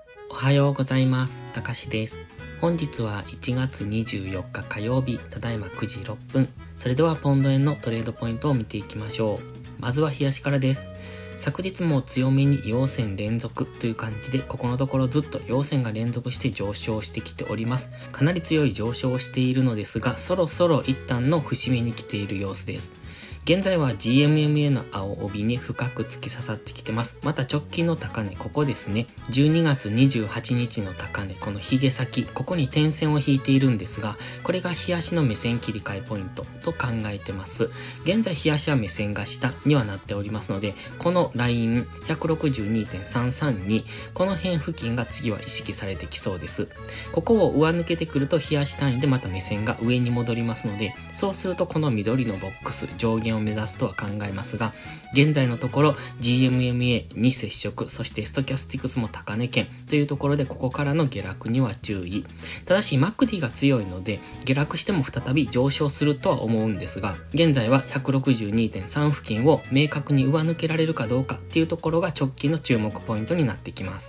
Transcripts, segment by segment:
おはようございます。たかしです。本日は1月24日火曜日、ただいま9時6分。それではポンド円のトレードポイントを見ていきましょう。まずは冷やしからです。昨日も強めに陽線連続という感じで、ここのところずっと陽線が連続して上昇してきております。かなり強い上昇をしているのですが、そろそろ一旦の節目に来ている様子です。現在は GMMA の青帯に深く突き刺さってきてます。また直近の高値、ここですね。12月28日の高値、このヒゲ先、ここに点線を引いているんですが、これが日足の目線切り替えポイントと考えてます。現在日足は目線が下にはなっておりますので、このライン 162.332、この辺付近が次は意識されてきそうです。ここを上抜けてくると日足単位でまた目線が上に戻りますので、そうするとこの緑のボックス、上限を目指すとは考えますが、現在のところ GMMA に接触、そしてストキャスティクスも高値圏というところで、ここからの下落には注意。ただし MACD が強いので下落しても再び上昇するとは思うんですが、現在は 162.3 付近を明確に上抜けられるかどうかっていうところが直近の注目ポイントになってきます。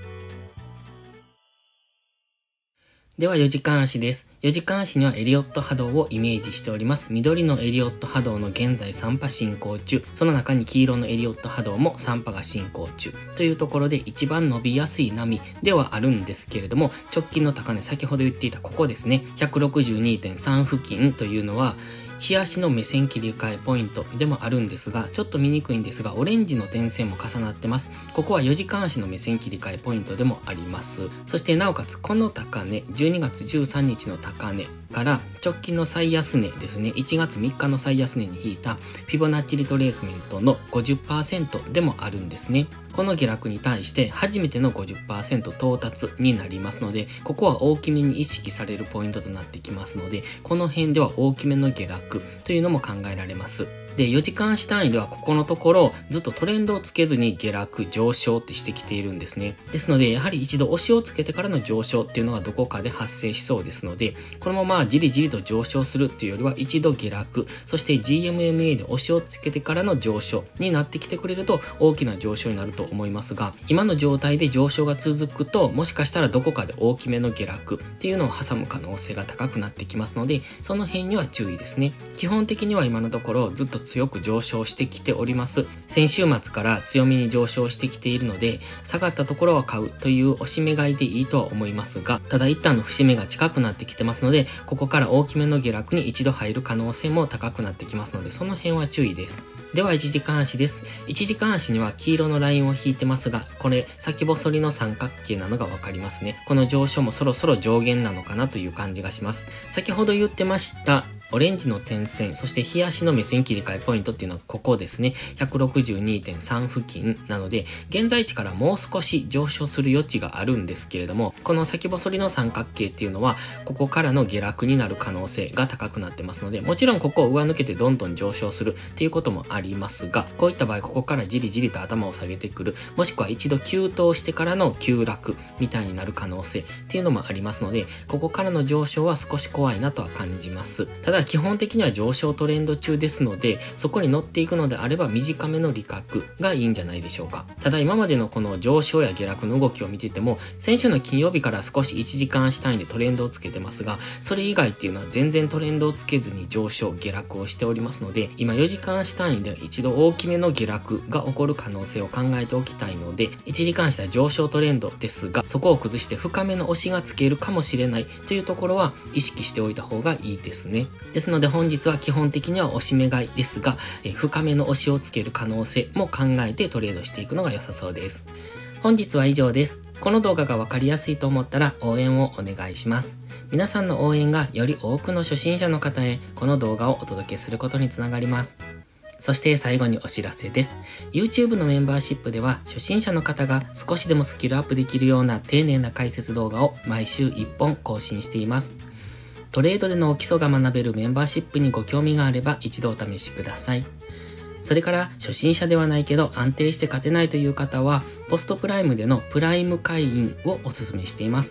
では4時間足です。4時間足にはエリオット波動をイメージしております。緑のエリオット波動の現在3波進行中、その中に黄色のエリオット波動も3波が進行中というところで、一番伸びやすい波ではあるんですけれども、直近の高値、先ほど言っていたここですね、162.3 付近というのは日足の目線切り替えポイントでもあるんですが、ちょっと見にくいんですが、オレンジの点線も重なってます。ここは4時間足の目線切り替えポイントでもあります。そしてなおかつこの高値、12月13日の高値から直近の最安値ですね、1月3日の最安値に引いたフィボナッチリトレースメントの 50% でもあるんですね。この下落に対して初めての 50% 到達になりますので、ここは大きめに意識されるポイントとなってきますので、この辺では大きめの下落というのも考えられます。で、4時間足単位ではここのところずっとトレンドをつけずに下落上昇ってしてきているんですね。ですのでやはり一度押しをつけてからの上昇っていうのがどこかで発生しそうですので、このままじりじりと上昇するっていうよりは一度下落、そして GMMA で押しをつけてからの上昇になってきてくれると大きな上昇になると思いますが、今の状態で上昇が続くともしかしたらどこかで大きめの下落っていうのを挟む可能性が高くなってきますので、その辺には注意ですね。基本的には今のところずっと強く上昇してきております。先週末から強めに上昇してきているので、下がったところは買うという押し目買いでいいとは思いますが、ただ一旦の節目が近くなってきてますので、ここから大きめの下落に一度入る可能性も高くなってきますので、その辺は注意です。では1時間足です。1時間足には黄色のラインを引いてますが、これ先細りの三角形なのがわかりますね。この上昇もそろそろ上限なのかなという感じがします。先ほど言ってましたオレンジの点線、そして日足の目線切り替えポイントっていうのがここですね。162.3 付近なので、現在地からもう少し上昇する余地があるんですけれども、この先細りの三角形っていうのは、ここからの下落になる可能性が高くなってますので、もちろんここを上抜けてどんどん上昇するっていうこともありますが、こういった場合、ここからじりじりと頭を下げてくる、もしくは一度急騰してからの急落みたいになる可能性っていうのもありますので、ここからの上昇は少し怖いなとは感じます。ただ基本的には上昇トレンド中ですので、そこに乗っていくのであれば短めの利確がいいんじゃないでしょうか。ただ今までのこの上昇や下落の動きを見てても、先週の金曜日から少し1時間足単位でトレンドをつけてますが、それ以外っていうのは全然トレンドをつけずに上昇下落をしておりますので、今4時間足単位で一度大きめの下落が起こる可能性を考えておきたいので、1時間足は上昇トレンドですが、そこを崩して深めの押しがつけるかもしれないというところは意識しておいた方がいいですね。ですので本日は基本的には押し目買いですが、深めの押しをつける可能性も考えてトレードしていくのが良さそうです。本日は以上です。この動画が分かりやすいと思ったら応援をお願いします。皆さんの応援がより多くの初心者の方へこの動画をお届けすることにつながります。そして最後にお知らせです。YouTube のメンバーシップでは初心者の方が少しでもスキルアップできるような丁寧な解説動画を毎週1本更新しています。トレードでの基礎が学べるメンバーシップにご興味があれば一度お試しください。それから初心者ではないけど安定して勝てないという方はポストプライムでのプライム会員をお勧めしています。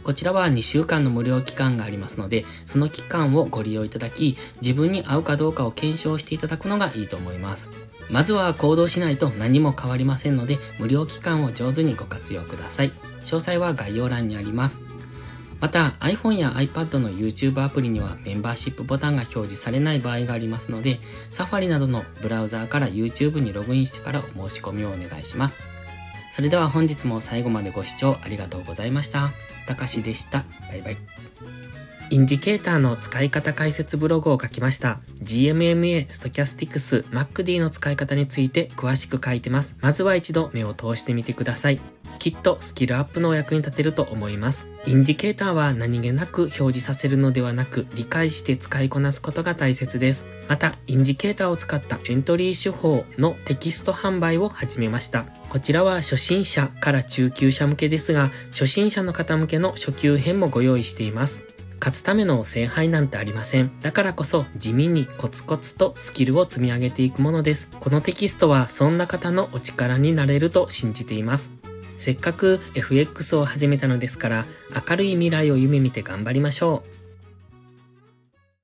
こちらは2週間の無料期間がありますので、その期間をご利用いただき、自分に合うかどうかを検証していただくのがいいと思います。まずは行動しないと何も変わりませんので、無料期間を上手にご活用ください。詳細は概要欄にあります。また iPhone や iPad の YouTube アプリにはメンバーシップボタンが表示されない場合がありますので、Safari などのブラウザーから YouTube にログインしてからお申し込みをお願いします。それでは本日も最後までご視聴ありがとうございました。たかしでした。バイバイ。インジケーターの使い方解説ブログを書きました。GMMA、Stochastics、MacD の使い方について詳しく書いてます。まずは一度目を通してみてください。きっとスキルアップのお役に立てると思います。インジケーターは何気なく表示させるのではなく、理解して使いこなすことが大切です。また、インジケーターを使ったエントリー手法のテキスト販売を始めました。こちらは初心者から中級者向けですが、初心者の方向けの初級編もご用意しています。勝つための聖杯なんてありません。だからこそ地味にコツコツとスキルを積み上げていくものです。このテキストはそんな方のお力になれると信じています。せっかく FX を始めたのですから、明るい未来を夢見て頑張りましょう。